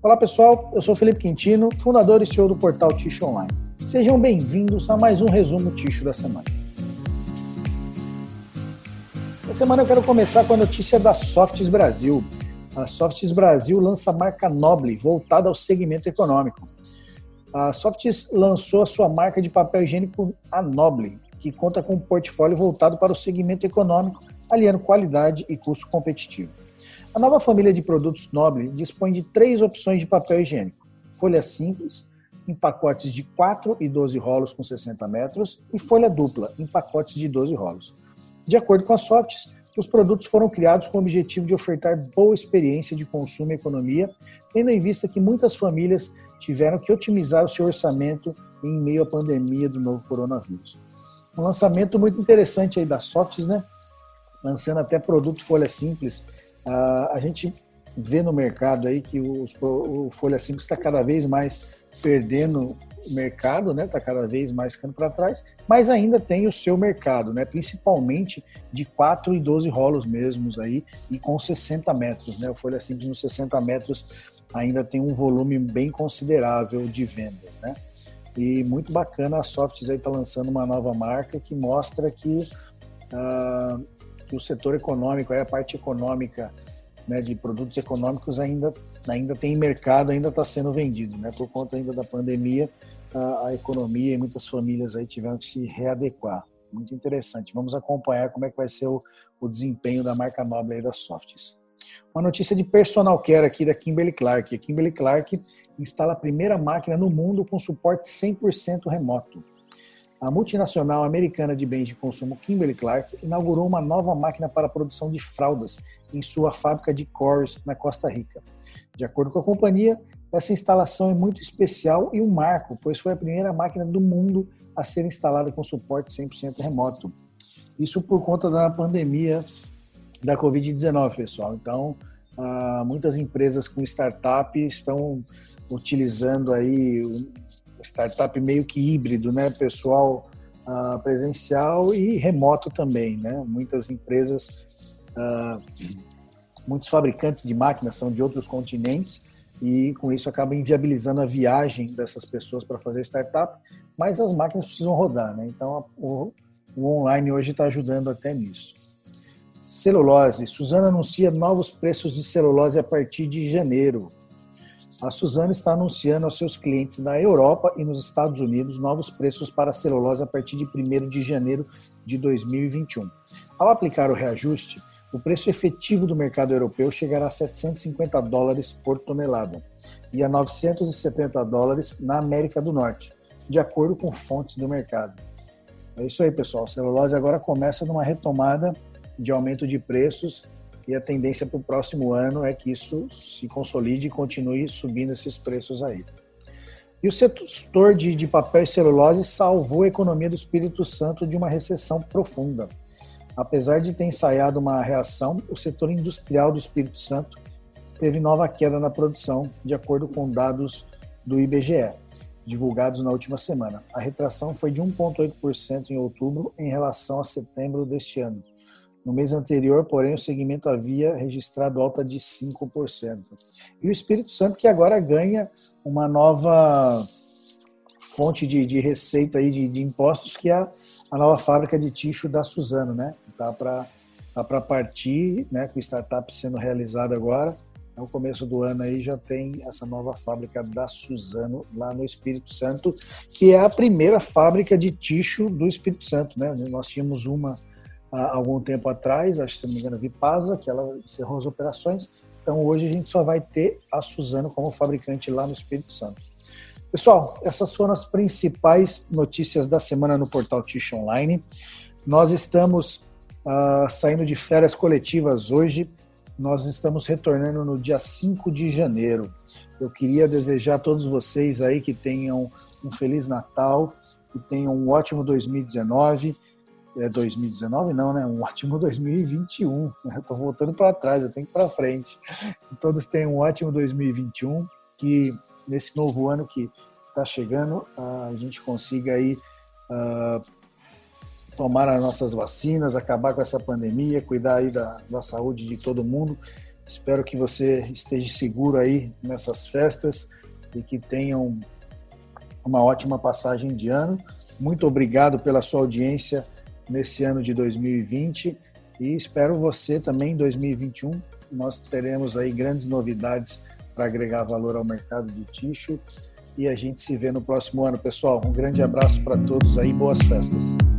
Olá pessoal, eu sou Felipe Quintino, fundador e CEO do portal Ticho Online. Sejam bem-vindos a mais um resumo Ticho da semana. Essa semana eu quero começar com a notícia da Softs Brasil. A Softs Brasil lança a marca Noble, voltada ao segmento econômico. A Softs lançou a sua marca de papel higiênico, a Noble, que conta com um portfólio voltado para o segmento econômico, aliando qualidade e custo competitivo. A nova família de produtos Noble dispõe de 3 opções de papel higiênico: folha simples, em pacotes de 4 e 12 rolos com 60 metros, e folha dupla, em pacotes de 12 rolos. De acordo com a Softs, os produtos foram criados com o objetivo de ofertar boa experiência de consumo e economia, tendo em vista que muitas famílias tiveram que otimizar o seu orçamento em meio à pandemia do novo coronavírus. Um lançamento muito interessante aí da Softs, né? Lançando até produto folha simples. A gente vê no mercado aí que o folha simples está cada vez mais perdendo o mercado, né? Está cada vez mais ficando para trás, mas ainda tem o seu mercado, né? Principalmente de 4 e 12 rolos mesmos aí e com 60 metros, né? O folha simples nos 60 metros ainda tem um volume bem considerável de vendas, né? E muito bacana, a Softs aí está lançando uma nova marca que mostra que o setor econômico, a parte econômica, né, de produtos econômicos ainda tem mercado, ainda está sendo vendido, né? Por conta ainda da pandemia, a economia e muitas famílias aí tiveram que se readequar. Muito interessante. Vamos acompanhar como é que vai ser o desempenho da marca Noble aí da Softs. Uma notícia de personal care aqui da Kimberly-Clark. A Kimberly-Clark instala a primeira máquina no mundo com suporte 100% remoto. A multinacional americana de bens de consumo Kimberly-Clark inaugurou uma nova máquina para a produção de fraldas em sua fábrica de Corres, na Costa Rica. De acordo com a companhia, essa instalação é muito especial e um marco, pois foi a primeira máquina do mundo a ser instalada com suporte 100% remoto. Isso por conta da pandemia da Covid-19, pessoal. Então, muitas empresas com startup estão utilizando aí startup meio que híbrido, né? Pessoal presencial e remoto também, né? Muitas empresas, muitos fabricantes de máquinas são de outros continentes e com isso acaba inviabilizando a viagem dessas pessoas para fazer startup, mas as máquinas precisam rodar, né? Então o online hoje está ajudando até nisso. Celulose. Suzano anuncia novos preços de celulose a partir de janeiro. A Suzano está anunciando aos seus clientes na Europa e nos Estados Unidos novos preços para a celulose a partir de 1º de janeiro de 2021. Ao aplicar o reajuste, o preço efetivo do mercado europeu chegará a $750 por tonelada e a $970 na América do Norte, de acordo com fontes do mercado. É isso aí, pessoal. A celulose agora começa numa retomada de aumento de preços e a tendência para o próximo ano é que isso se consolide e continue subindo esses preços aí. E o setor de papel e celulose salvou a economia do Espírito Santo de uma recessão profunda. Apesar de ter ensaiado uma reação, o setor industrial do Espírito Santo teve nova queda na produção, de acordo com dados do IBGE, divulgados na última semana. A retração foi de 1,8% em outubro em relação a setembro deste ano. No mês anterior, porém, o segmento havia registrado alta de 5%. E o Espírito Santo que agora ganha uma nova fonte de receita aí de impostos, que é a nova fábrica de tixo da Suzano, né? Tá para partir, né? Com o startup sendo realizado agora. No começo do ano aí já tem essa nova fábrica da Suzano lá no Espírito Santo, que é a primeira fábrica de tixo do Espírito Santo, né? Nós tínhamos uma há algum tempo atrás, acho que se não me engano, a Vipasa, que ela encerrou as operações. Então hoje a gente só vai ter a Suzano como fabricante lá no Espírito Santo. Pessoal, essas foram as principais notícias da semana no portal Ticho Online. Nós estamos saindo de férias coletivas hoje. Nós estamos retornando no dia 5 de janeiro. Eu queria desejar a todos vocês aí que tenham um Feliz Natal, que tenham um ótimo 2019. 2019 não, né? Um ótimo 2021. Eu estou voltando para trás, eu tenho que ir para frente. Que todos tenham um ótimo 2021, que nesse novo ano que está chegando, a gente consiga aí tomar as nossas vacinas, acabar com essa pandemia, cuidar aí da saúde de todo mundo Espero que você esteja seguro aí nessas festas e que tenham uma ótima passagem de ano. Muito obrigado pela sua audiência nesse ano de 2020 e espero você também em 2021. Nós teremos aí grandes novidades para agregar valor ao mercado de tixo e a gente se vê no próximo ano, pessoal. Um grande abraço para todos aí, boas festas.